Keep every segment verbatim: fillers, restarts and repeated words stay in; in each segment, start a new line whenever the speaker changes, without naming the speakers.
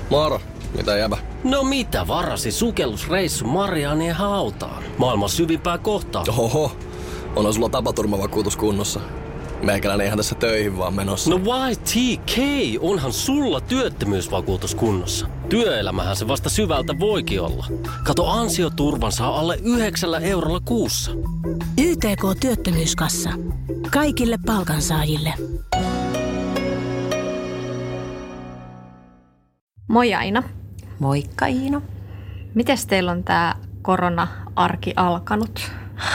Moro, mitä jäbä?
No mitä varasi sukellusreissu Marianien hautaan? Maailman syvimpää kohtaa.
Oho, onhan sulla tapaturmavakuutus kunnossa. Meikäläinen ihan tässä töihin vaan menossa.
No why T K? Onhan sulla työttömyysvakuutus kunnossa. Työelämähän se vasta syvältä voikin olla. Kato, ansioturvan saa alle yhdeksällä eurolla kuussa.
Y T K-työttömyyskassa. Kaikille palkansaajille.
Moi Aina.
Moikka Iino.
Mites teillä on tää korona-arki alkanut?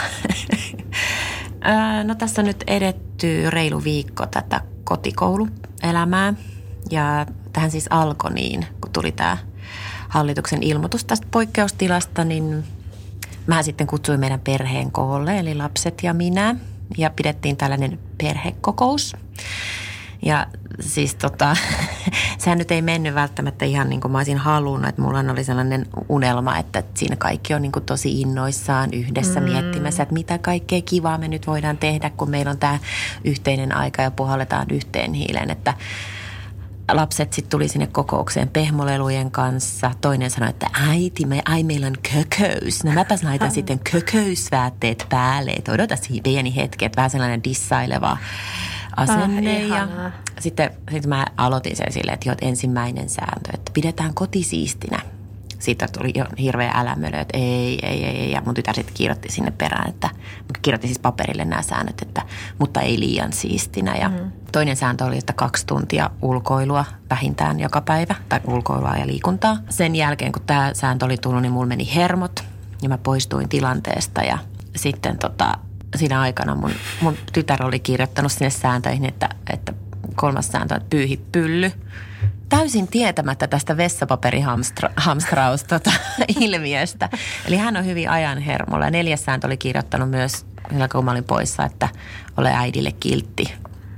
No tässä on nyt edetty reilu viikko tätä kotikouluelämää ja tähän siis alkoi niin, kun tuli tämä hallituksen ilmoitus tästä poikkeustilasta, niin mä sitten kutsuin meidän perheen koolle, eli lapset ja minä, ja pidettiin tällainen perhekokous. Ja siis tota, sehän nyt ei mennyt välttämättä ihan niin kuin mä olisin halunnut, että mulla oli sellainen unelma, että siinä kaikki on niin kuin tosi innoissaan yhdessä mm. miettimässä, että mitä kaikkea kivaa me nyt voidaan tehdä, kun meillä on tämä yhteinen aika ja puhalletaan yhteen hiileen, että lapset sitten tuli sinne kokoukseen pehmolelujen kanssa. Toinen sanoi, että äiti, me, ai meillä on kököys. No mäpäs laitan sitten kököysväätteet päälle, että odota pieni hetki, että vähän sellainen dissaileva asenne. Ah, ja sitten, sitten mä aloitin sen silleen, että jo, ensimmäinen sääntö, että pidetään koti siistinä. Siitä tuli jo hirveä älämölö, että ei, ei, ei, ei. Ja mun tytär sitten kirjoitti sinne perään, että kirjoitti siis paperille nämä säännöt, että mutta ei liian siistinä. Ja mm. toinen sääntö oli, että kaksi tuntia ulkoilua vähintään joka päivä, tai ulkoilua ja liikuntaa. Sen jälkeen, kun tämä sääntö oli tullut, niin mulla meni hermot ja mä poistuin tilanteesta ja sitten tota, siinä aikana mun, mun tytär oli kirjoittanut sinne sääntöihin, että, että kolmas sääntö on pyyhi pylly. Täysin tietämättä tästä vessapaperihamstraus tota, ilmiöstä. Eli hän on hyvin ajan hermolla. Ja neljäs sääntö oli kirjoittanut myös, kun mä olin poissa, että ole äidille kiltti.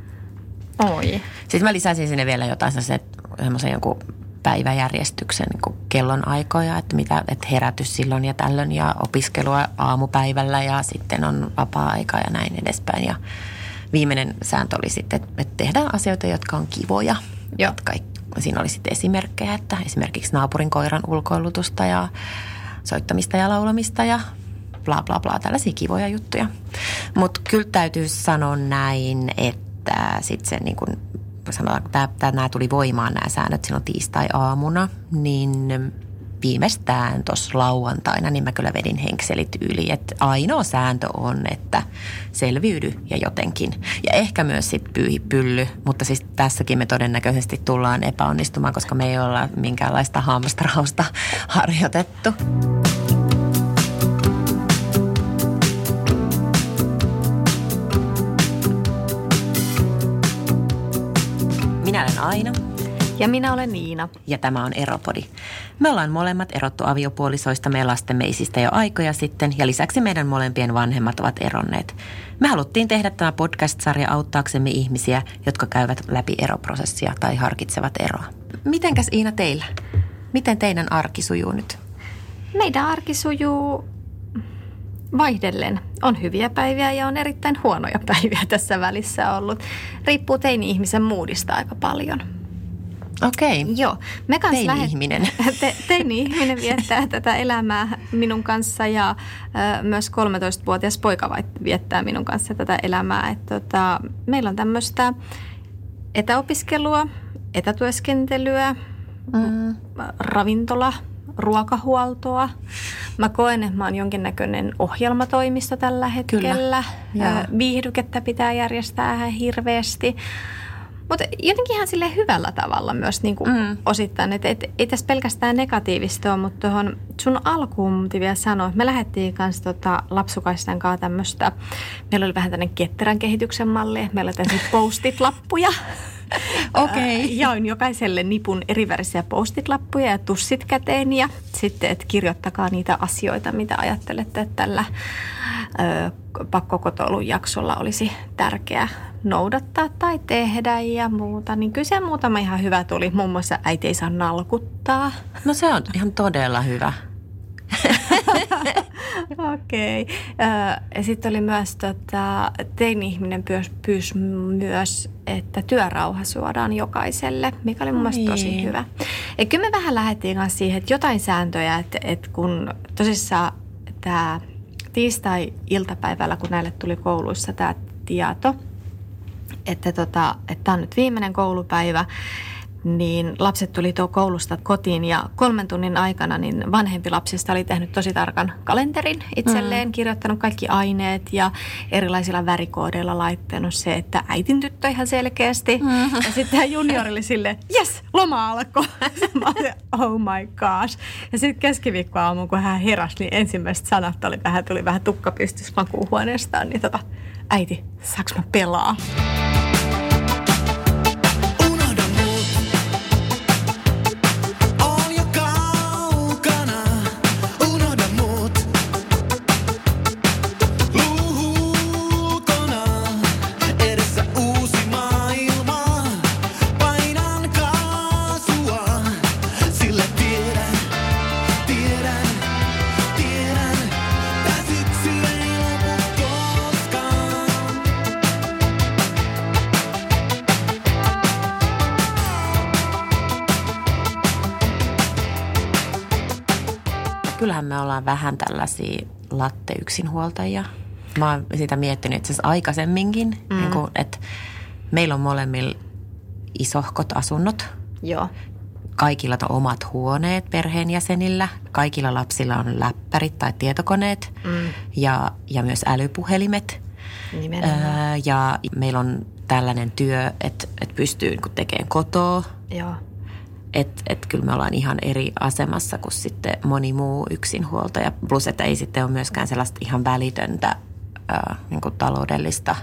Oi.
Sitten mä lisäsin sinne vielä jotain semmoisen jonkun päiväjärjestyksen niin kellon aikoja, että, mitä, että herätys silloin ja tällöin ja opiskelua aamupäivällä ja sitten on vapaa-aika ja näin edespäin. Ja viimeinen sääntö oli sitten, että tehdään asioita, jotka on kivoja. Jotka, siinä oli sitten esimerkkejä, että esimerkiksi naapurin koiran ulkoilutusta ja soittamista ja laulamista ja bla bla bla, tällaisia kivoja juttuja. Mutta kyllä täytyy sanoa näin, että sitten se niin kuin sanotaan, että nämä tuli voimaan nämä säännöt silloin tiistai-aamuna, niin viimeistään tuossa lauantaina niin mä kyllä vedin henkselit yli. Että ainoa sääntö on, että selviydy ja jotenkin. Ja ehkä myös sitten pyyhi pylly, mutta siis tässäkin me todennäköisesti tullaan epäonnistumaan, koska me ei olla minkäänlaista hamstrausta harjoitettu. Minä olen Aina.
Ja minä olen Niina.
Ja tämä on Eropodi. Me ollaan molemmat erottu aviopuolisoistamme ja lastemme isistä jo aikoja sitten, ja lisäksi meidän molempien vanhemmat ovat eronneet. Me haluttiin tehdä tämä podcast-sarja auttaaksemme ihmisiä, jotka käyvät läpi eroprosessia tai harkitsevat eroa. Mitenkäs Iina teillä? Miten teidän arki sujuu nyt?
Meidän arki sujuu vaihdellen. On hyviä päiviä ja on erittäin huonoja päiviä tässä välissä ollut. Riippuu teini-ihmisen moodista aika paljon.
Okei.
Joo. Me kans
teini-ihminen.
Lähet... Te, teini-ihminen viettää tätä elämää minun kanssa ja ö, myös kolmetoistavuotias poika viettää minun kanssa tätä elämää. Et, tota, meillä on tämmöistä etäopiskelua, etätyöskentelyä, mm. ravintola, ruokahuoltoa. Mä koen, että mä oon jonkinnäköinen ohjelmatoimisto tällä hetkellä. Kyllä. Viihdykettä pitää järjestää ihan hirveästi. Mutta jotenkin ihan silleen hyvällä tavalla myös niin kuin mm. osittain. Että et, ei tässä pelkästään negatiivista ole, mutta tuohon sun alkuun muuten vielä sanoa, että me lähdettiin kanssa tota lapsukaisten kanssa tämmöistä, meillä oli vähän tämmöinen ketterän kehityksen malli, meillä oli tämmöisiä post-it-lappuja.
Okei. Okay.
Jaoin jokaiselle nipun erivärisiä post-it-lappuja ja tussit käteen ja sitten, että kirjoittakaa niitä asioita, mitä ajattelette, että tällä ö, pakkokotoilun jaksolla olisi tärkeää noudattaa tai tehdä ja muuta. Niin kyllä se muutama ihan hyvä tuli. Muun muassa äiti ei saa nalkuttaa.
No se on ihan todella hyvä.
Okei. Okay. Sitten oli myös, tota, teini-ihminen pyysi, pyysi myös, että työrauha suodaan jokaiselle, mikä oli mun mielestä tosi hyvä. Et kyllä me vähän lähdettiin kanssa siihen, että jotain sääntöjä, että, että kun tosissaan tämä tiistai-iltapäivällä, kun näille tuli kouluissa tämä tieto, että tota, että tämä on nyt viimeinen koulupäivä, niin lapset tuli tuo koulusta kotiin ja kolmen tunnin aikana niin vanhempi lapsista oli tehnyt tosi tarkan kalenterin itselleen, mm. kirjoittanut kaikki aineet ja erilaisilla värikoodeilla laittanut se, että äitin tyttö ihan selkeästi. Mm. Ja sitten tämä juniori oli silleen, jes, loma alkoi. Mä olin, oh my gosh. Ja sitten keskiviikkoaamuun, kun hän heräsi, niin ensimmäiset sanat oli vähän, tuli vähän tukka pystys makuuhuoneestaan, niin tota, äiti, saaks mä pelaa?
Kyllähän me ollaan vähän tällaisia latte-yksinhuoltajia. Mä oon sitä miettinyt itse asiassa aikaisemminkin, mm. niin kun, että meillä on molemmilla isohkot asunnot.
Joo. Kaikilla
on omat huoneet perheenjäsenillä. Kaikilla lapsilla on läppärit tai tietokoneet mm. ja, ja myös älypuhelimet.
Nimenomaan.
Öö, ja meillä on tällainen työ, että, että pystyy niin kun tekemään kotoa.
Joo.
Että et kyllä me ollaan ihan eri asemassa kuin sitten moni muu yksinhuoltaja. Plus, että ei sitten ole myöskään sellaista ihan välitöntä ää, niin kuin taloudellista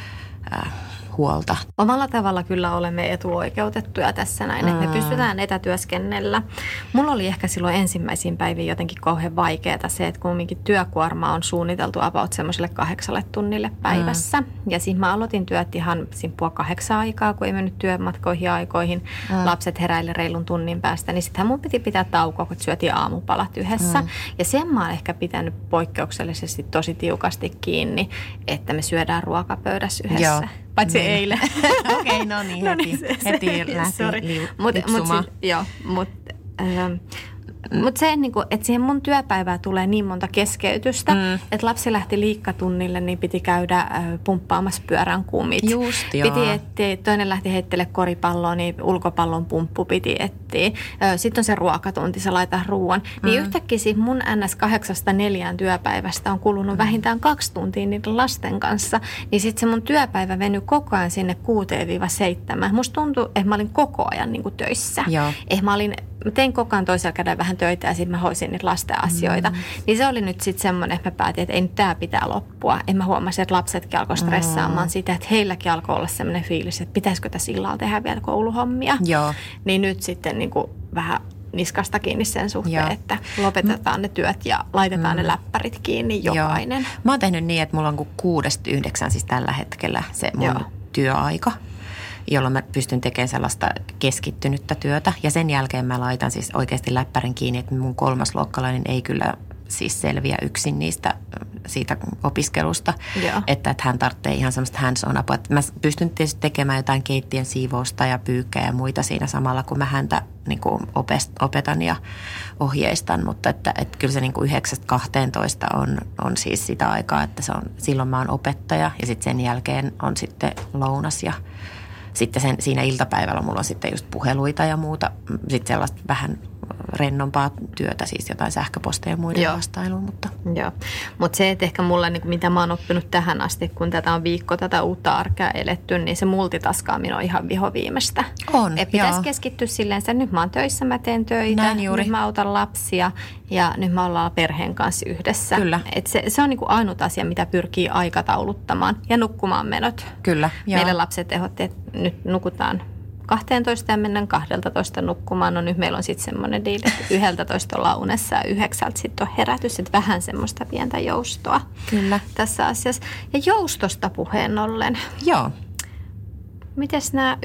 ää, huolta.
Omalla tavalla kyllä olemme etuoikeutettuja tässä näin, mm. että me pystytään etätyöskennellä. Mulla oli ehkä silloin ensimmäisiin päiviin jotenkin kauhean vaikeaa se, että kumminkin työkuorma on suunniteltu about semmoiselle kahdeksalle tunnille päivässä. Mm. Ja siinä mä aloitin työt ihan siinä puoli kahdeksan aikaa, kun ei mennyt työmatkoihin aikoihin. Mm. Lapset heräili reilun tunnin päästä, niin sittenhän mun piti pitää taukoa, kun syötiin aamupalat yhdessä. Mm. Ja sen mä oon ehkä pitänyt poikkeuksellisesti tosi tiukasti kiinni, että me syödään ruokapöydässä yhdessä. Joo. Paitsi niin. Eilen.
Okei, okay, no niin, heti, no niin se, heti lähti li,
mut, lipsumaan. Mut, joo, mutta ähm, mm. mut se, niinku, että siihen mun työpäivään tulee niin monta keskeytystä, mm. että lapsi lähti liikkatunnille, niin piti käydä äh, pumppaamassa pyörän kumit.
Just, joo.
Piti etsiä, toinen lähti heittele koripalloa, niin ulkopallon pumppu piti etsiä. Sitten on se ruokatunti, sä laitat ruoan. Mm. Niin yhtäkkiä siitä mun ns. kahdeksasta neljään työpäivästä on kulunut mm. vähintään kaksi tuntia niiden lasten kanssa. Niin sitten se mun työpäivä venyi koko ajan sinne kuuteen seitsemään. Musta tuntui, että mä olin koko ajan niin kuin töissä. Että mä olin... Mä tein koko ajan toisella kädellä vähän töitä ja sitten mä hoisin niitä lasten asioita. Mm. Niin se oli nyt sitten semmoinen, että mä päätin, että ei nyt tää pitää loppua. En mä huomasin, että lapsetkin alkoi stressaamaan mm. sitä, että heilläkin alkoi olla semmoinen fiilis, että pitäisikö tässä illalla tehdä vielä kouluhommia. Joo. Niin nyt sitten niin kuin vähän niskasta kiinni sen suhteen, Joo. että lopetetaan ne työt ja laitetaan mm. ne läppärit kiinni jokainen.
Joo. Mä oon tehnyt niin, että mulla on kuin kuudesta yhdeksän siis tällä hetkellä se mun Joo. työaika, jolloin mä pystyn tekemään sellaista keskittynyttä työtä. Ja sen jälkeen mä laitan siis oikeasti läppärin kiinni, että mun kolmasluokkalainen ei kyllä siis selviä yksin niistä, siitä opiskelusta. Joo. Että, että hän tarvitsee ihan semmoista hands-on-apua. Että mä pystyn tietysti tekemään jotain keittien siivousta ja pyykkää ja muita siinä samalla, kun mä häntä niin kuin opetan ja ohjeistan. Mutta että, että kyllä se niin kuin yhdeksästä kahteentoista on, on siis sitä aikaa, että se on, silloin mä oon opettaja ja sitten sen jälkeen on sitten lounas ja sitten sen, siinä iltapäivällä mulla on sitten just puheluita ja muuta, sitten sellaista vähän rennompaa työtä, siis jotain sähköposteja ja muiden Joo. vastailuun. Mutta
Joo, mutta se, että ehkä mulla, niin mitä mä oon oppinut tähän asti, kun tätä on viikko tätä uutta arkea eletty, niin se multitaskaaminen on ihan vihoviimeistä.
On,
Et pitäisi keskittyä silleen, että nyt mä oon töissä, mä teen töitä, nyt mä autan lapsia ja nyt mä ollaan perheen kanssa yhdessä. Kyllä. Et se, se on niin kuin ainut asia, mitä pyrkii aikatauluttamaan ja nukkumaan menot.
Kyllä, joo.
Meille lapset ehdotti, että nyt nukutaan kahteentoista ja mennään kahdeltatoista nukkumaan. No nyt meillä on sitten semmoinen diili, että yhdeltätoista ollaan unessa ja yhdeksältä sitten on herätys, että vähän semmoista pientä joustoa
Kyllä.
tässä asiassa. Ja joustosta puheen ollen.
Joo.
Mites nämä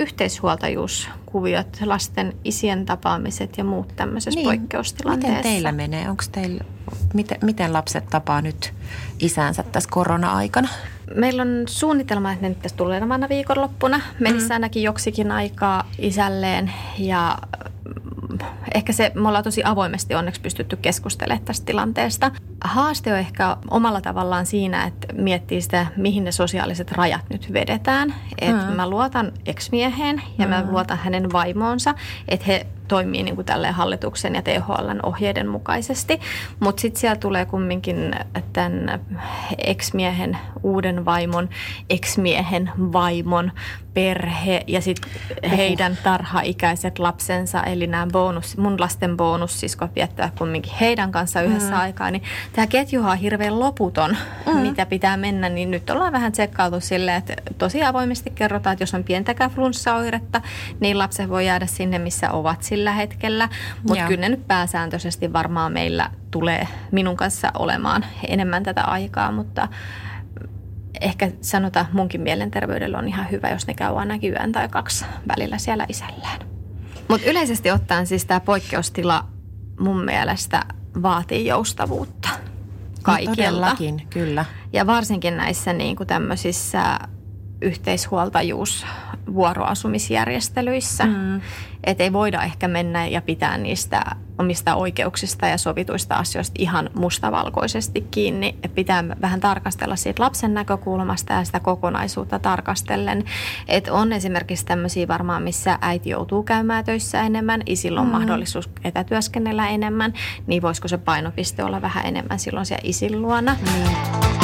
yhteishuoltajuuskuviot, lasten isien tapaamiset ja muut tämmöisessä
niin.
poikkeustilanteessa?
Miten teillä menee? Onko teillä miten, miten lapset tapaa nyt isänsä tässä korona-aikana?
Meillä on suunnitelma, että ne nyt tässä tulevana viikonloppuna menisi mm. ainakin joksikin aikaa isälleen ja ehkä se, me ollaan tosi avoimesti onneksi pystytty keskustelemaan tästä tilanteesta. Haaste on ehkä omalla tavallaan siinä, että miettii sitä, mihin ne sosiaaliset rajat nyt vedetään. Että mm. mä luotan ex-mieheen ja mm. mä luotan hänen vaimoonsa, että he toimii niin kuin tälleen hallituksen ja T H L:n ohjeiden mukaisesti. Mutta sitten siellä tulee kumminkin tämän ex-miehen, uuden vaimon, ex-miehen vaimon perhe ja sitten heidän tarhaikäiset lapsensa, eli nämä bonus, mun lasten bonussiskot viettää kumminkin heidän kanssa yhdessä mm. aikaa. Niin tämä ketjuhan on hirveän loputon, mm. mitä pitää mennä, niin nyt ollaan vähän tsekkautu silleen, että tosi avoimesti kerrotaan, että jos on pientäkään flunssaoiretta, niin lapset voi jäädä sinne, missä ovat sillä hetkellä. Mutta kyllä ne nyt pääsääntöisesti varmaan meillä tulee minun kanssa olemaan enemmän tätä aikaa, mutta ehkä sanotaan, munkin mielenterveydellä on ihan hyvä, jos ne käy ainakin yön tai kaksi välillä siellä isällään. Mutta yleisesti ottaen siis tämä poikkeustila mun mielestä vaatii joustavuutta kaikilta.
No todellakin, kyllä.
Ja varsinkin näissä niin kuin tämmöisissä yhteishuoltajuus vuoroasumisjärjestelyissä. Mm. Että ei voida ehkä mennä ja pitää niistä omista oikeuksista ja sovituista asioista ihan mustavalkoisesti kiinni. Et pitää vähän tarkastella siitä lapsen näkökulmasta ja sitä kokonaisuutta tarkastellen. Että on esimerkiksi tämmöisiä varmaan, missä äiti joutuu käymään töissä enemmän, isillä on mm. mahdollisuus etätyöskennellä enemmän, niin voisiko se painopiste olla vähän enemmän silloin siellä isin luona. Mm.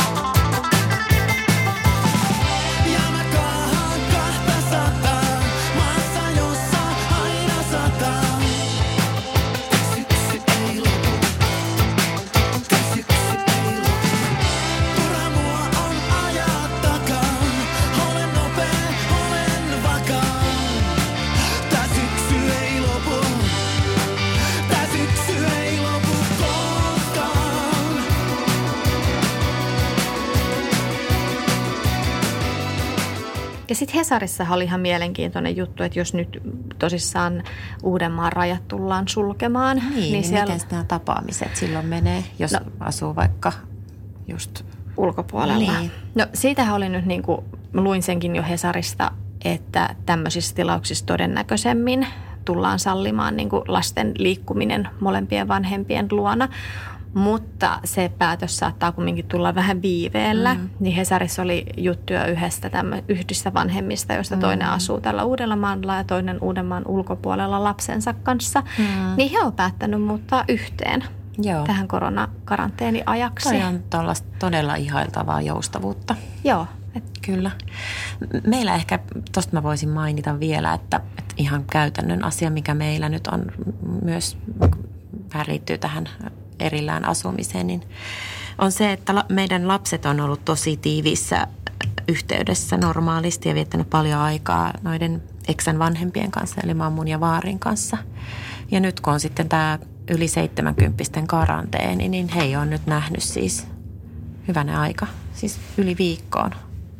Ja sitten Hesarissa oli ihan mielenkiintoinen juttu, että jos nyt tosissaan Uudenmaan rajat tullaan sulkemaan.
Niin, niin, niin siellä miten nämä tapaamiset silloin menee, jos no, asuu vaikka just
ulkopuolella.
Niin.
No siitähän oli nyt niin kuin, luin senkin jo Hesarista, että tämmöisissä tilauksissa todennäköisemmin tullaan sallimaan niin kuin lasten liikkuminen molempien vanhempien luona. Mutta se päätös saattaa kumminkin tulla vähän viiveellä. Mm. Niin Hesarissa oli juttuja yhdestä, tämmö, yhdistä vanhemmista, josta mm. toinen asuu tällä Uudellamaalla ja toinen Uudenmaan ulkopuolella lapsensa kanssa. Mm. Niin he on päättänyt muuttaa yhteen Joo. tähän koronakaranteeniajaksi.
Toi on todella ihailtavaa joustavuutta.
Joo.
Et kyllä. Meillä ehkä, tuosta mä voisin mainita vielä, että, että ihan käytännön asia, mikä meillä nyt on myös, vähän liittyy tähän erillään asumiseen, niin on se, että meidän lapset on ollut tosi tiiviissä yhteydessä normaalisti ja viettänyt paljon aikaa noiden eksän vanhempien kanssa, eli mammun ja vaarin kanssa. Ja nyt kun on sitten tämä yli seitsemänkymppisten karanteeni, niin he on nyt nähnyt siis hyvänä aika, siis yli viikkoon.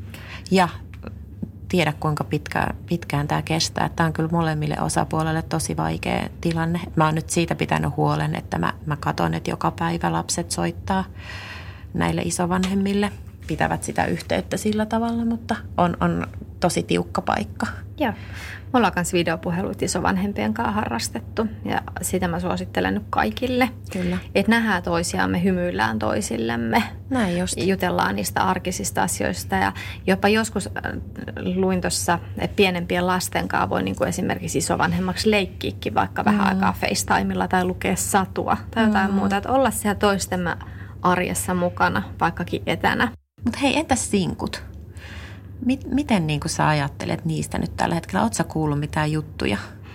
Ja tiedä, kuinka pitkä, pitkään tämä kestää. Tämä on kyllä molemmille osapuolelle tosi vaikea tilanne. Mä oon nyt siitä pitänyt huolen, että mä, mä katson, että joka päivä lapset soittaa näille isovanhemmille. Pitävät sitä yhteyttä sillä tavalla, mutta on, on tosi tiukka paikka.
Joo. Me ollaan myös videopuheluita isovanhempien kanssa harrastettu ja sitä mä suosittelen nyt kaikille.
Kyllä.
Että nähdään toisiaan, hymyillään toisillemme.
Näin just.
Jutellaan niistä arkisista asioista ja jopa joskus luin tuossa, että pienempien lasten kanssa voi niin kuin esimerkiksi isovanhemmaksi leikkiäkin vaikka vähän mm. aikaa FaceTimella tai lukea satua tai jotain mm. muuta. Että olla siellä toistemme arjessa mukana, vaikkakin etänä.
Mutta hei, entäs sinkut? Miten niin kuin sä ajattelet niistä nyt tällä hetkellä? Ootko sä kuullut mitään juttuja?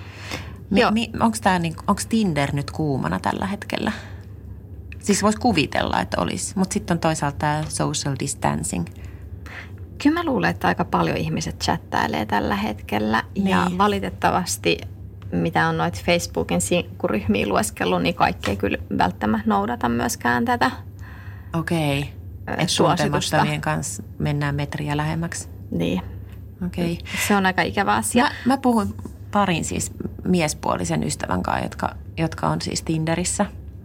Mi- mi- Onko niin, Tinder nyt kuumana tällä hetkellä? Siis voisi kuvitella, että olisi, mutta sitten on toisaalta tämä social distancing.
Kyllä mä luulen, että aika paljon ihmiset chattailee tällä hetkellä. Niin. Ja valitettavasti, mitä on noita Facebookin sinkkuryhmiä lueskellut, niin kaikki ei kyllä välttämättä noudata myöskään tätä
Okei. Okay. Että tuntemattomien kanssa mennään metriä lähemmäksi.
Niin.
Okei. Okay.
Se on aika ikävä asia.
Mä, mä puhun parin siis miespuolisen ystävän kanssa, jotka, jotka on siis Tinderissä.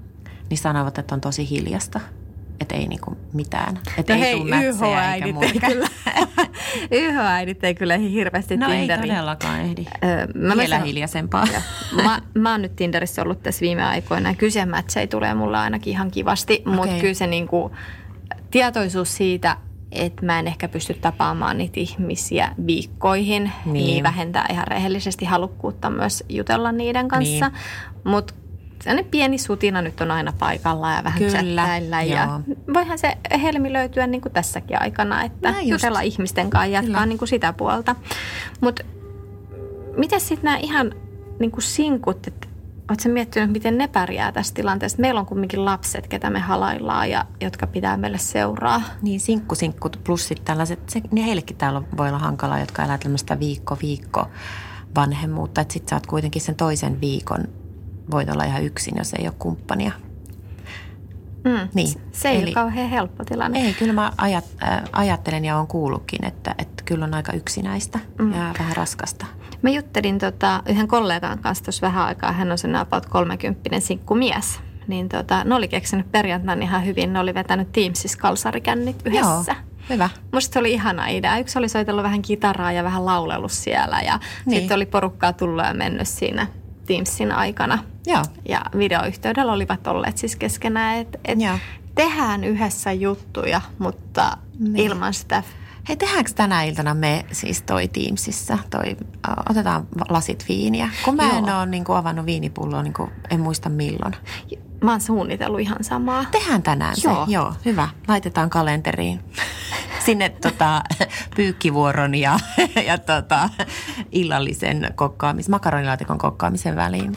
niin sanovat, että on tosi hiljasta. Että ei niinku mitään. Että
no
ei
hei,
tule mätsejä eikä muuta.
Y H-äidit ei kyllä hirveästi
no
Tinderiin.
No ei todellakaan ehdi.
Öö, mä
Vielä
sanon,
hiljaisempaa.
mä, mä oon nyt Tinderissä ollut tässä viime aikoina. Kyllä se mätsejä tulee mulle ainakin ihan kivasti, okay. Mutta kyllä se niinku, tietoisuus siitä, että mä en ehkä pysty tapaamaan niitä ihmisiä viikkoihin, niin, niin vähentää ihan rehellisesti halukkuutta myös jutella niiden kanssa. Niin. Mutta sellainen pieni sutina nyt on aina paikalla ja vähän chattailla. Ja voihan se helmi löytyä niin kuin tässäkin aikana, että jutella ihmisten kanssa ja jatkaa niin kuin sitä puolta. Mutta miten sitten nämä ihan niin kuin sinkut, että oletko sä miettinyt, miten ne pärjää tässä tilanteessa? Meillä on kumminkin lapset, ketä me halaillaan ja jotka pitää meille seuraa.
Niin, sinkkusinkkut plus sitten tällaiset, se, niin heillekin täällä voi olla hankalaa, jotka elää tämmöistä viikko-viikko vanhemmuutta. Että sitten sä oot kuitenkin sen toisen viikon, voit olla ihan yksin, jos ei ole kumppania.
Mm,
niin.
Se ei
Eli,
ole kauhean helppo tilanne.
Ei, kyllä mä ajat, äh, ajattelen ja olen kuullutkin, että, että kyllä on aika yksinäistä mm. ja vähän raskasta.
Mä juttelin tota, yhden kollegan kanssa tuossa vähän aikaa. Hän on sen about kolmekymppinen sinkkumies. Niin tota, ne oli keksinyt perjantaina ihan hyvin. Ne oli vetänyt Teamsissa kalsarikännit yhdessä.
Joo, hyvä.
Musta se oli ihana idea. Yksi oli soitellut vähän kitaraa ja vähän laulellut siellä. Ja niin. Sitten oli porukkaa tullut ja mennyt siinä Teamsin aikana.
Joo.
Ja videoyhteydellä olivat olleet siis keskenään, että et tehdään yhdessä juttuja, mutta niin. ilman sitä.
Hei, tehdäänkö tänä iltana me siis toi Teamsissa, toi, otetaan lasit viiniä? Kun mä Joo. en ole niin kuin avannut viinipulloa, niin kuin en muista milloin.
Mä oon suunnitellut ihan samaa.
Tehdään tänään Joo. se. Joo, hyvä. Laitetaan kalenteriin. Sinne tota, pyykkivuoron ja, ja tota, illallisen kokkaamisen, makaronilaatikon kokkaamisen väliin.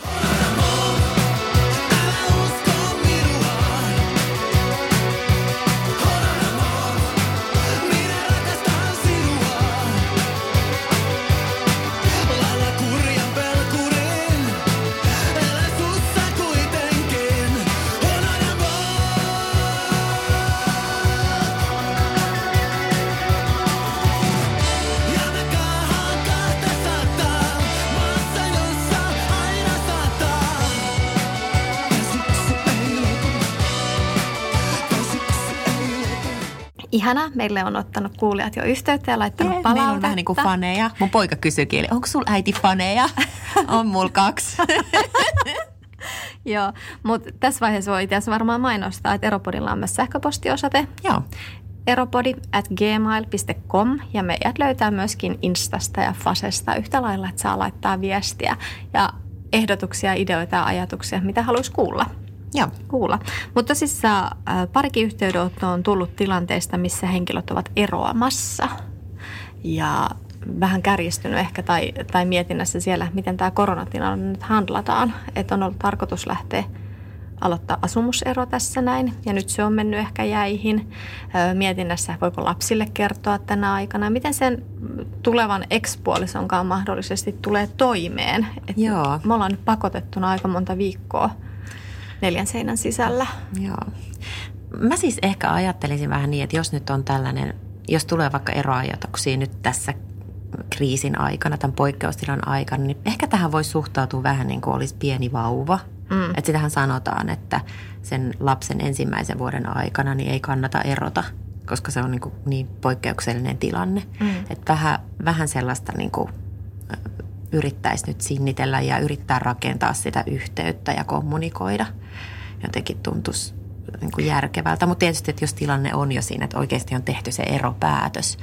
Ihana. Meille on ottanut kuulijat jo yhteyttä ja laittanut
yeah,
palautetta.
Meillä on vähän niin kuin faneja. Mun poika kysyykin, eli onko sulla äiti faneja? On mulla kaksi.
Joo, mutta tässä vaiheessa voi itse asiassa varmaan mainostaa, että Eropodilla on myös sähköpostiosoite.
Joo.
Eropodi at gmail dot com ja meidät löytää myöskin Instasta ja Fasesta yhtä lailla, että saa laittaa viestiä ja ehdotuksia, ideoita ja ajatuksia, mitä haluaisi kuulla.
Joo.
Kuulla. Mutta tosissaan äh, parikin yhteydenotto on tullut tilanteesta, missä henkilöt ovat eroamassa ja vähän kärjistynyt ehkä tai, tai mietinnässä siellä, miten tämä koronatilanne nyt handlataan. Että on ollut tarkoitus lähteä aloittaa asumusero tässä näin ja nyt se on mennyt ehkä jäihin. Öö, mietinnässä, voiko lapsille kertoa tänä aikana, miten sen tulevan ekspuolisonkaan mahdollisesti tulee toimeen. Et
Joo.
Me ollaan nyt pakotettuna aika monta viikkoa neljän seinän sisällä.
Joo. Mä siis ehkä ajattelisin vähän niin, että jos nyt on tällainen, jos tulee vaikka eroajatuksia nyt tässä kriisin aikana, tämän poikkeustilan aikana, niin ehkä tähän voi suhtautua vähän niin kuin olisi pieni vauva. Mm. Että sitähän sanotaan, että sen lapsen ensimmäisen vuoden aikana niin ei kannata erota, koska se on niin, kuin niin poikkeuksellinen tilanne. Mm. Että vähän, vähän sellaista niin kuin yrittäisi nyt sinnitellä ja yrittää rakentaa sitä yhteyttä ja kommunikoida. Jotenkin tuntuisi niin kuin järkevältä. Mutta tietysti, että jos tilanne on jo siinä, että oikeasti on tehty se eropäätös,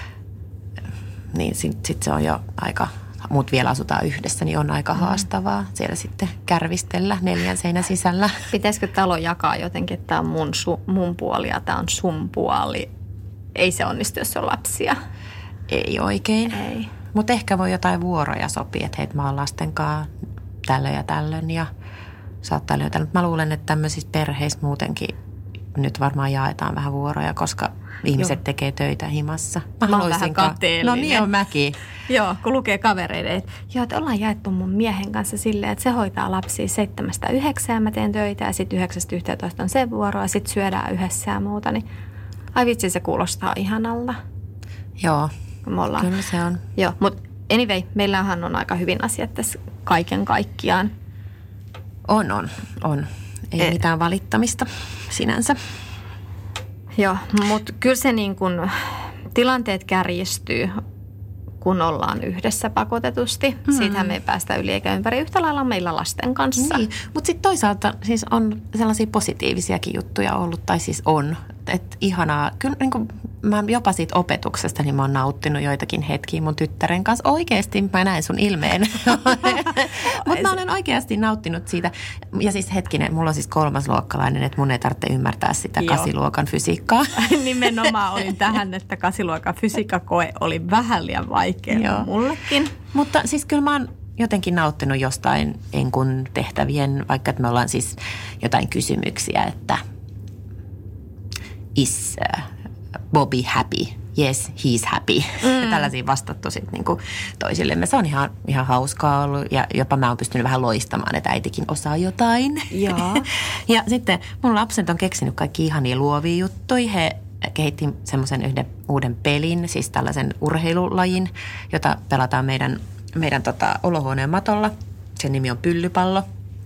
niin sitten sit se on jo aika, muut vielä asutaan yhdessä, niin on aika haastavaa siellä sitten kärvistellä neljän seinän sisällä.
Pitäisikö talo jakaa jotenkin, että tämä on mun, su, mun puoli ja tämä on sun puoli? Ei se onnistu, jos on lapsia.
Ei oikein.
Ei.
Mutta ehkä voi jotain vuoroja sopia, että hei, mä oon lasten kanssa tällöin ja tällöin ja saattaa löytää. Mä luulen, että tämmöisissä perheissä muutenkin nyt varmaan jaetaan vähän vuoroja, koska ihmiset Joo. tekee töitä himassa.
Mä, mä oon vähän kateellinen.
No niin on mäkin.
Joo, kun lukee kavereiden, että joo, että ollaan jaettu mun miehen kanssa silleen, että se hoitaa lapsia seitsemästä yhdeksään, mä teen töitä ja sitten yhdeksästä yhteentoista on se vuoro ja sitten syödään yhdessä ja muuta, niin ai vitsi, se kuulostaa ihanalta.
Joo, kyllä se on.
Joo, mutta anyway, meillähän on aika hyvin asiat tässä kaiken kaikkiaan.
On, on, on. ei e- mitään valittamista sinänsä.
Joo, mutta kyllä se niin kuin, tilanteet kärjistyy, kun ollaan yhdessä pakotetusti. Mm. Siitähän me ei päästä yli eikä ympäri, yhtä lailla meillä lasten kanssa.
Niin, mutta sitten toisaalta siis on sellaisia positiivisiakin juttuja ollut, tai siis on. Että ihanaa, kyllä niin kuin mä jopa siitä opetuksesta, niin mä oon nauttinut joitakin hetkiä mun tyttären kanssa. Oikeasti mä näen sun ilmeen. Mutta mä olen oikeasti nauttinut siitä. Ja siis hetkinen, mulla on siis kolmasluokkalainen, että mun ei tarvitse ymmärtää sitä Joo. kasiluokan fysiikkaa.
Nimenomaan olin tähän, että kasiluokan fysiikkakoe oli vähän liian vaikea mullekin.
Mutta siis kyllä mä oon jotenkin nauttinut jostain enkun tehtävien, vaikka että me ollaan siis jotain kysymyksiä, että is uh, Bobby happy? Yes, he's happy. Mm. Tällaisia vastattu sitten niinku toisillemme. Se on ihan, ihan hauskaa ollut ja jopa mä oon pystynyt vähän loistamaan, että äitikin osaa jotain.
Joo.
Ja sitten mun lapset on keksinyt kaikki ihania luovia juttuja. He kehitti semmoisen yhden uuden pelin, siis tällaisen urheilulajin, jota pelataan meidän, meidän tota, olohuoneen matolla. Sen nimi on Pyllypallo.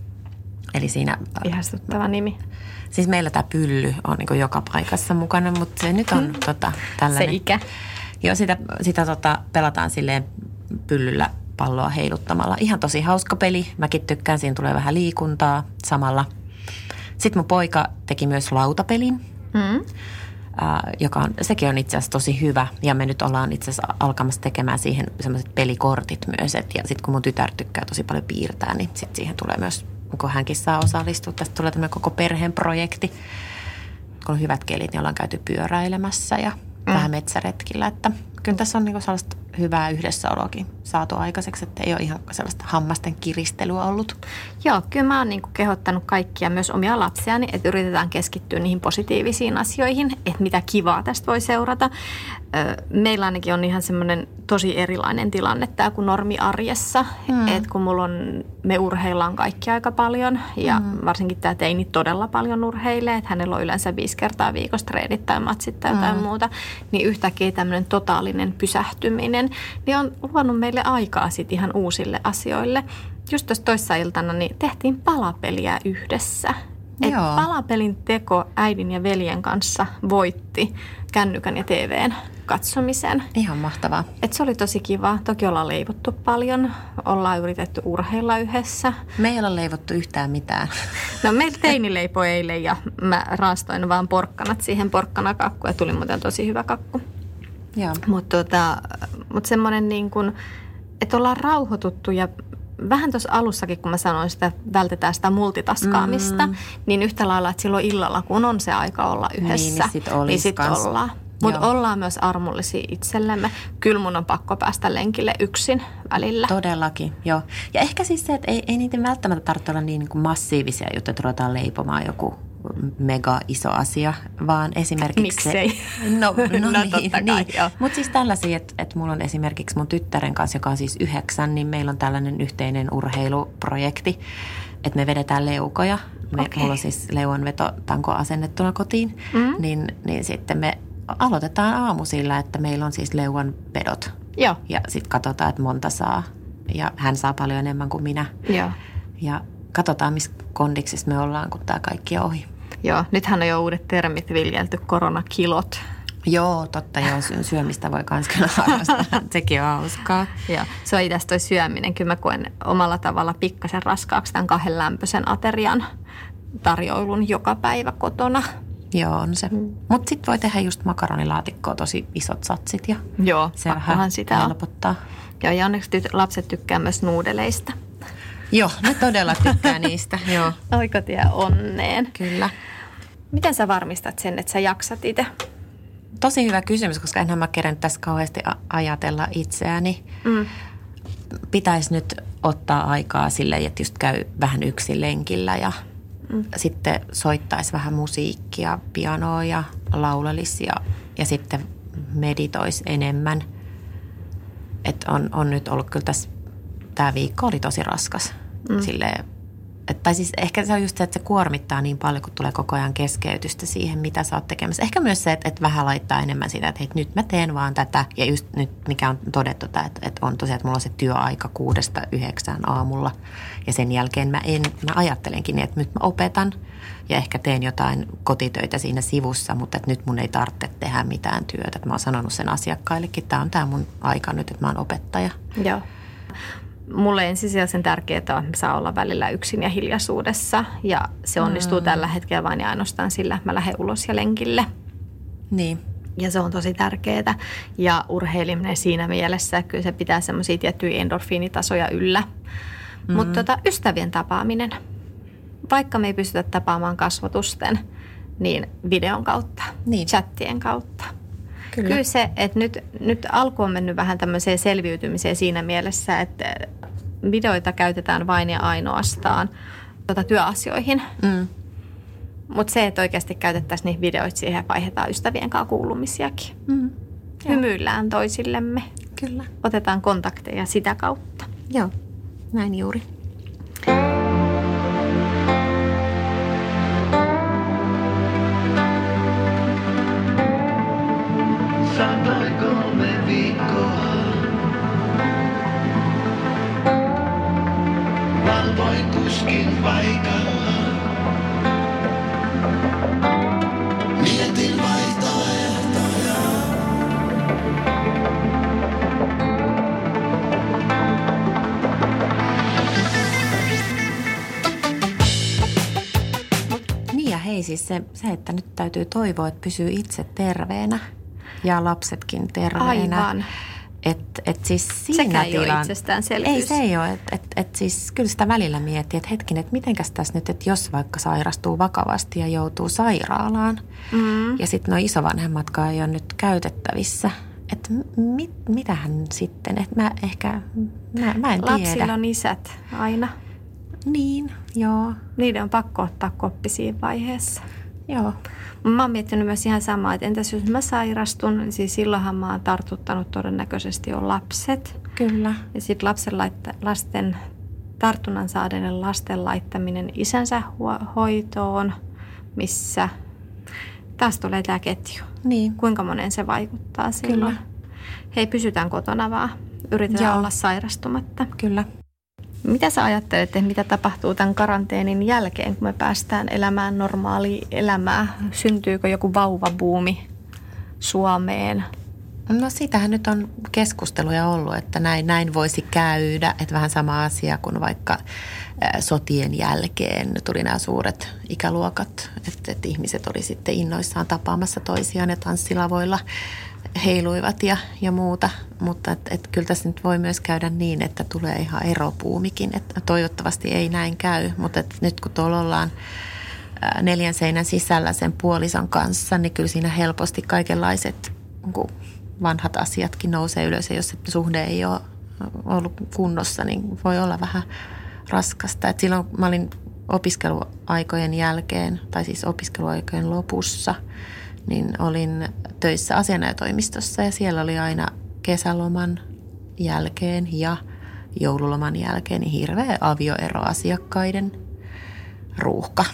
Eli siinä...
Ihastuttava nimi.
Siis meillä tämä pylly on niin kuin joka paikassa mukana, mutta se nyt on hmm. tota, tällainen.
Se ikä.
Joo, sitä, sitä tota, pelataan silleen pyllyllä palloa heiluttamalla. Ihan tosi hauska peli. Mäkin tykkään, siinä tulee vähän liikuntaa samalla. Sitten mun poika teki myös lautapelin, hmm. äh, joka on, sekin on itse asiassa tosi hyvä. Ja me nyt ollaan itse asiassa alkamassa tekemään siihen sellaiset pelikortit myös. Et, ja sitten kun mun tytär tykkää tosi paljon piirtää, niin sitten siihen tulee myös... kun hänkin saa osallistua. Tästä tulee tämmöinen koko perheen projekti. Kun on hyvät kelit, niin ollaan käyty pyöräilemässä ja mm. vähän metsäretkillä. Että kyllä tässä on niinku sellaista hyvää yhdessäoloakin saatu aikaiseksi, että ei ole ihan sellaista hammasten kiristelyä ollut.
Joo, kyllä mä oon niinku kehottanut kaikkia, myös omia lapsiani, että yritetään keskittyä niihin positiivisiin asioihin, että mitä kivaa tästä voi seurata. Meillä ainakin on ihan semmoinen tosi erilainen tilanne tämä kuin normiarjessa, mm. että kun mulla on, me urheillaan kaikki aika paljon ja mm. varsinkin tämä teini todella paljon urheilee, että hänellä on yleensä viisi kertaa viikossa treenit tai matsit tai jotain mm. muuta, niin yhtäkkiä tämmöinen totaalinen pysähtyminen, niin on luvannut meille aikaa sitten ihan uusille asioille. Just tuossa toissa iltana niin tehtiin palapeliä yhdessä. Et palapelin teko äidin ja veljen kanssa voitti kännykän ja T V:n katsomisen.
Ihan mahtavaa.
Et se oli tosi kiva. Toki ollaan leivottu paljon. Ollaan yritetty urheilla yhdessä.
Me ei olla leivottu yhtään mitään.
No meillä teini leipoi eilen ja mä raastoin vaan porkkanat siihen porkkanakakkuun ja tuli muuten tosi hyvä kakku. Mutta tota, mut semmoinen niin kuin, että ollaan rauhoituttu ja vähän tuossa alussakin, kun mä sanoin sitä, vältetään sitä multitaskaamista, mm. niin yhtä lailla, että silloin illalla, kun on se aika olla yhdessä,
niin, niin sit,
niin sit ollaan. Mutta ollaan myös armollisia itsellemme. Kyllä mun on pakko päästä lenkille yksin välillä.
Todellakin, joo. Ja ehkä siis se, että ei, ei niitä välttämättä tarvitse olla niin, niin kuin massiivisia juttuja, että ruvetaan leipomaan joku mega iso asia, vaan esimerkiksi...
Miksei?
Se, no, no,
no
niin,
totta kai,
niin.
joo.
Mutta siis tällaisia, että, että mulla on esimerkiksi mun tyttären kanssa, joka on siis yhdeksän, niin meillä on tällainen yhteinen urheiluprojekti, että me vedetään leukoja. Me, okay. Mulla on siis leuanvetotanko asennettuna kotiin, mm. niin, niin sitten me aloitetaan aamu sillä, että meillä on siis leuanvedot.
Joo.
Ja sitten katsotaan, että monta saa. Ja hän saa paljon enemmän kuin minä.
Joo.
Ja katsotaan, missä kondiksissa me ollaan, kun tämä kaikki on ohi.
Joo, nythän on jo uudet termit viljelty, koronakilot.
Joo, totta joo, syömistä voi myös kyllä harrastaa, sekin on hauskaa.
Joo, se on itse asiassa toi syöminen, kyllä mä koen omalla tavalla pikkasen raskaaksi tämän kahden lämpöisen aterian tarjoilun joka päivä kotona.
Joo, on se. Mm. Mutta sitten voi tehdä just makaronilaatikkoa, tosi isot satsit ja
joo,
se vähän sitä helpottaa.
Joo, ja onneksi tyt- lapset tykkää myös nuudeleista.
Joo, ne todella tykkää niistä, joo.
Oikotie onneen.
Kyllä.
Miten sä varmistat sen, että sä jaksat itse?
Tosi hyvä kysymys, koska enhän mä kerran tässä kauheasti ajatella itseäni. Mm. Pitäisi nyt ottaa aikaa silleen, että just käy vähän yksin lenkillä ja mm. sitten soittaisi vähän musiikkia, pianoa ja laulelisi ja, ja sitten meditoisi enemmän. Että on, on nyt ollut kyllä tässä, tämä viikko oli tosi raskas. Mm. Silleen Et, tai siis ehkä se on just se, että se kuormittaa niin paljon, kun tulee koko ajan keskeytystä siihen, mitä sä oot tekemässä. Ehkä myös se, että, että vähän laittaa enemmän sitä, että hei, nyt mä teen vaan tätä. Ja just nyt, mikä on todettu, että, että on tosiaan, että mulla on se työaika kuudesta yhdeksään aamulla. Ja sen jälkeen mä, en, mä ajattelenkin, että nyt mä opetan ja ehkä teen jotain kotitöitä siinä sivussa, mutta että nyt mun ei tarvitse tehdä mitään työtä. Että mä oon sanonut sen asiakkaillekin, että tää on tää mun aika nyt, että mä oon opettaja.
Joo. Mulle ensisijaisen tärkeää on, että saa olla välillä yksin ja hiljaisuudessa. Ja se onnistuu mm. tällä hetkellä vain ja ainoastaan sillä, että mä lähden ulos ja lenkille.
Niin.
Ja se on tosi tärkeää. Ja urheileminen siinä mielessä, kyllä se pitää semmoisia tiettyjä endorfiinitasoja yllä. Mm. Mutta tota, ystävien tapaaminen. Vaikka me ei pystytä tapaamaan kasvotusten, niin videon kautta, niin. chattien kautta. Kyllä. Kyllä se, että nyt, nyt alku on mennyt vähän tämmöiseen selviytymiseen siinä mielessä, että videoita käytetään vain ja ainoastaan tuota työasioihin. Mm. Mutta se, että oikeasti käytettäisiin niitä videoita siihen ja vaihdetaan ystävien kanssa kuulumisiakin. Mm. Hymyillään toisillemme.
Kyllä.
Otetaan kontakteja sitä kautta.
Joo, näin juuri.
Satoi kolme viikkoa. Valvoin kuskin paikalla. Mietin vaihtoehtoja.
Niin ja hei siis se, se, että nyt täytyy toivoa, että pysyy itse terveenä. Ja lapsetkin terveenä.
Aivan.
Että et siis siinä
Sekä ei
tilan...
ole itsestäänselvyys.
Ei se ei ole. Että et, et siis kyllä sitä välillä miettii, että hetkinen, että mitenkäs tässä nyt, että jos vaikka sairastuu vakavasti ja joutuu sairaalaan. Mm. Ja sitten nuo isovanhemmatkaan ei ole nyt käytettävissä. Että mit, mitähän sitten? Että mä ehkä, mä, mä en
Lapsilla
tiedä.
on isät aina.
Niin, joo.
Niiden on pakko ottaa koppi siinä vaiheessa.
Joo.
Mä oon miettinyt myös ihan samaa, että entäs jos mä sairastun, niin siis silloinhan mä oon tartuttanut todennäköisesti jo lapset.
Kyllä.
Ja sitten lapsen laitta, lasten, tartunnan saaneiden lasten laittaminen isänsä hoitoon, missä taas tulee tämä ketju.
Niin.
Kuinka monen se vaikuttaa silloin? Kyllä. Hei, pysytään kotona vaan. Yritetään Joo. olla sairastumatta.
Kyllä.
Mitä sä ajattelet, että mitä tapahtuu tämän karanteenin jälkeen, kun me päästään elämään normaalia elämää? Syntyykö joku vauvabuumi Suomeen?
No siitähän nyt on keskusteluja ollut, että näin, näin voisi käydä. Että vähän sama asia kuin vaikka sotien jälkeen tuli nämä suuret ikäluokat. Että, että ihmiset oli sitten innoissaan tapaamassa toisiaan ja tanssilavoilla heiluivat ja, ja muuta, mutta et, et kyllä tässä nyt voi myös käydä niin, että tulee ihan eropuumikin, että toivottavasti ei näin käy, mutta et nyt kun tuolla ollaan neljän seinän sisällä sen puolison kanssa, niin kyllä siinä helposti kaikenlaiset vanhat asiatkin nousee ylös ja jos se suhde ei ole ollut kunnossa, niin voi olla vähän raskasta. Et silloin mä olin opiskeluaikojen jälkeen, tai siis opiskeluaikojen lopussa, niin olin töissä asianajotoimistossa ja siellä oli aina kesäloman jälkeen ja joululoman jälkeen niin hirveä avioero asiakkaiden ruuhka.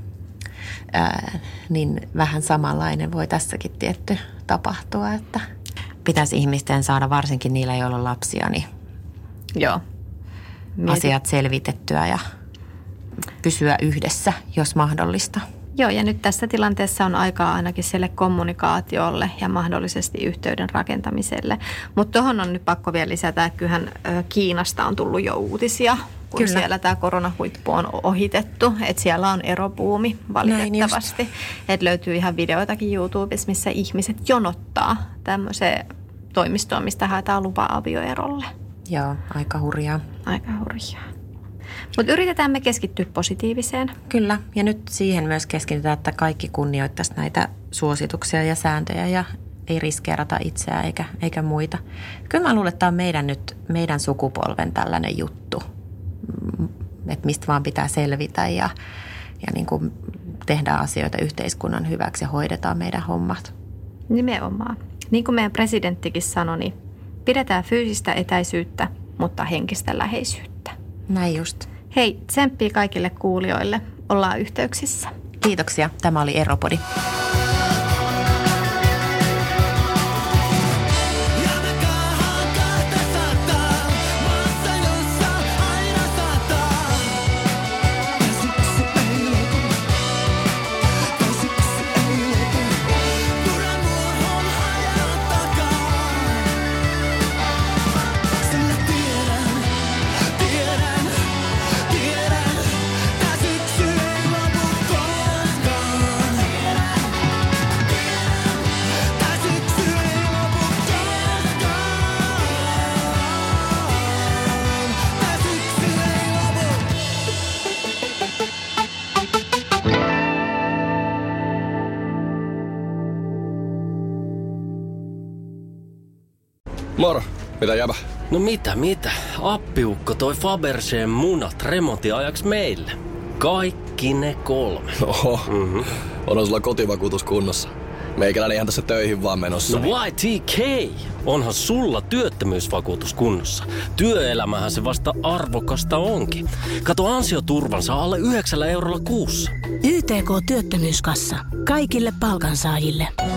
Ää, niin vähän samanlainen voi tässäkin tietty tapahtua, että pitäisi ihmisten saada varsinkin niillä, joilla on lapsia, niin
Joo.
asiat selvitettyä ja pysyä yhdessä, jos mahdollista.
Joo, ja nyt tässä tilanteessa on aikaa ainakin sille kommunikaatiolle ja mahdollisesti yhteyden rakentamiselle. Mutta tuohon on nyt pakko vielä lisätä, että kyllähän Kiinasta on tullut jo uutisia, kun Kyllä. siellä tämä koronahuippu on ohitettu. Että siellä on erobuumi valitettavasti. Että löytyy ihan videoitakin YouTubessa, missä ihmiset jonottaa tämmöiseen toimistoon, mistä haetaan lupa avioerolle.
Joo, aika hurjaa.
Aika hurjaa. Mutta yritetään me keskittyä positiiviseen.
Kyllä, ja nyt siihen myös keskitytään, että kaikki kunnioittaisi näitä suosituksia ja sääntöjä ja ei riskeerata itseään eikä, eikä muita. Kyllä mä luulen, että tämä on meidän nyt, meidän sukupolven tällainen juttu, että mistä vaan pitää selvitä ja, ja niin kuin tehdään asioita yhteiskunnan hyväksi ja hoidetaan meidän hommat.
Nimenomaan. Niin kuin meidän presidenttikin sanoi, niin pidetään fyysistä etäisyyttä, mutta henkistä läheisyyttä.
Näin just.
Hei, tsemppii kaikille kuulijoille. Ollaan yhteyksissä.
Kiitoksia. Tämä oli Eropodi.
Moro, mitä jäbä?
No mitä, mitä? Appiukko toi Faberseen munat remontiajaksi meille. Kaikki ne kolme.
Oho, mm-hmm. Onhan sulla kotivakuutus kunnossa. Meikäläinen ihan tässä töihin vaan menossa.
No Y T K! Onhan sulla työttömyysvakuutus kunnossa. Työelämähän se vasta arvokasta onkin. Kato ansioturvansa alle yhdeksällä eurolla kuussa.
Y T K-työttömyyskassa. Kaikille palkansaajille.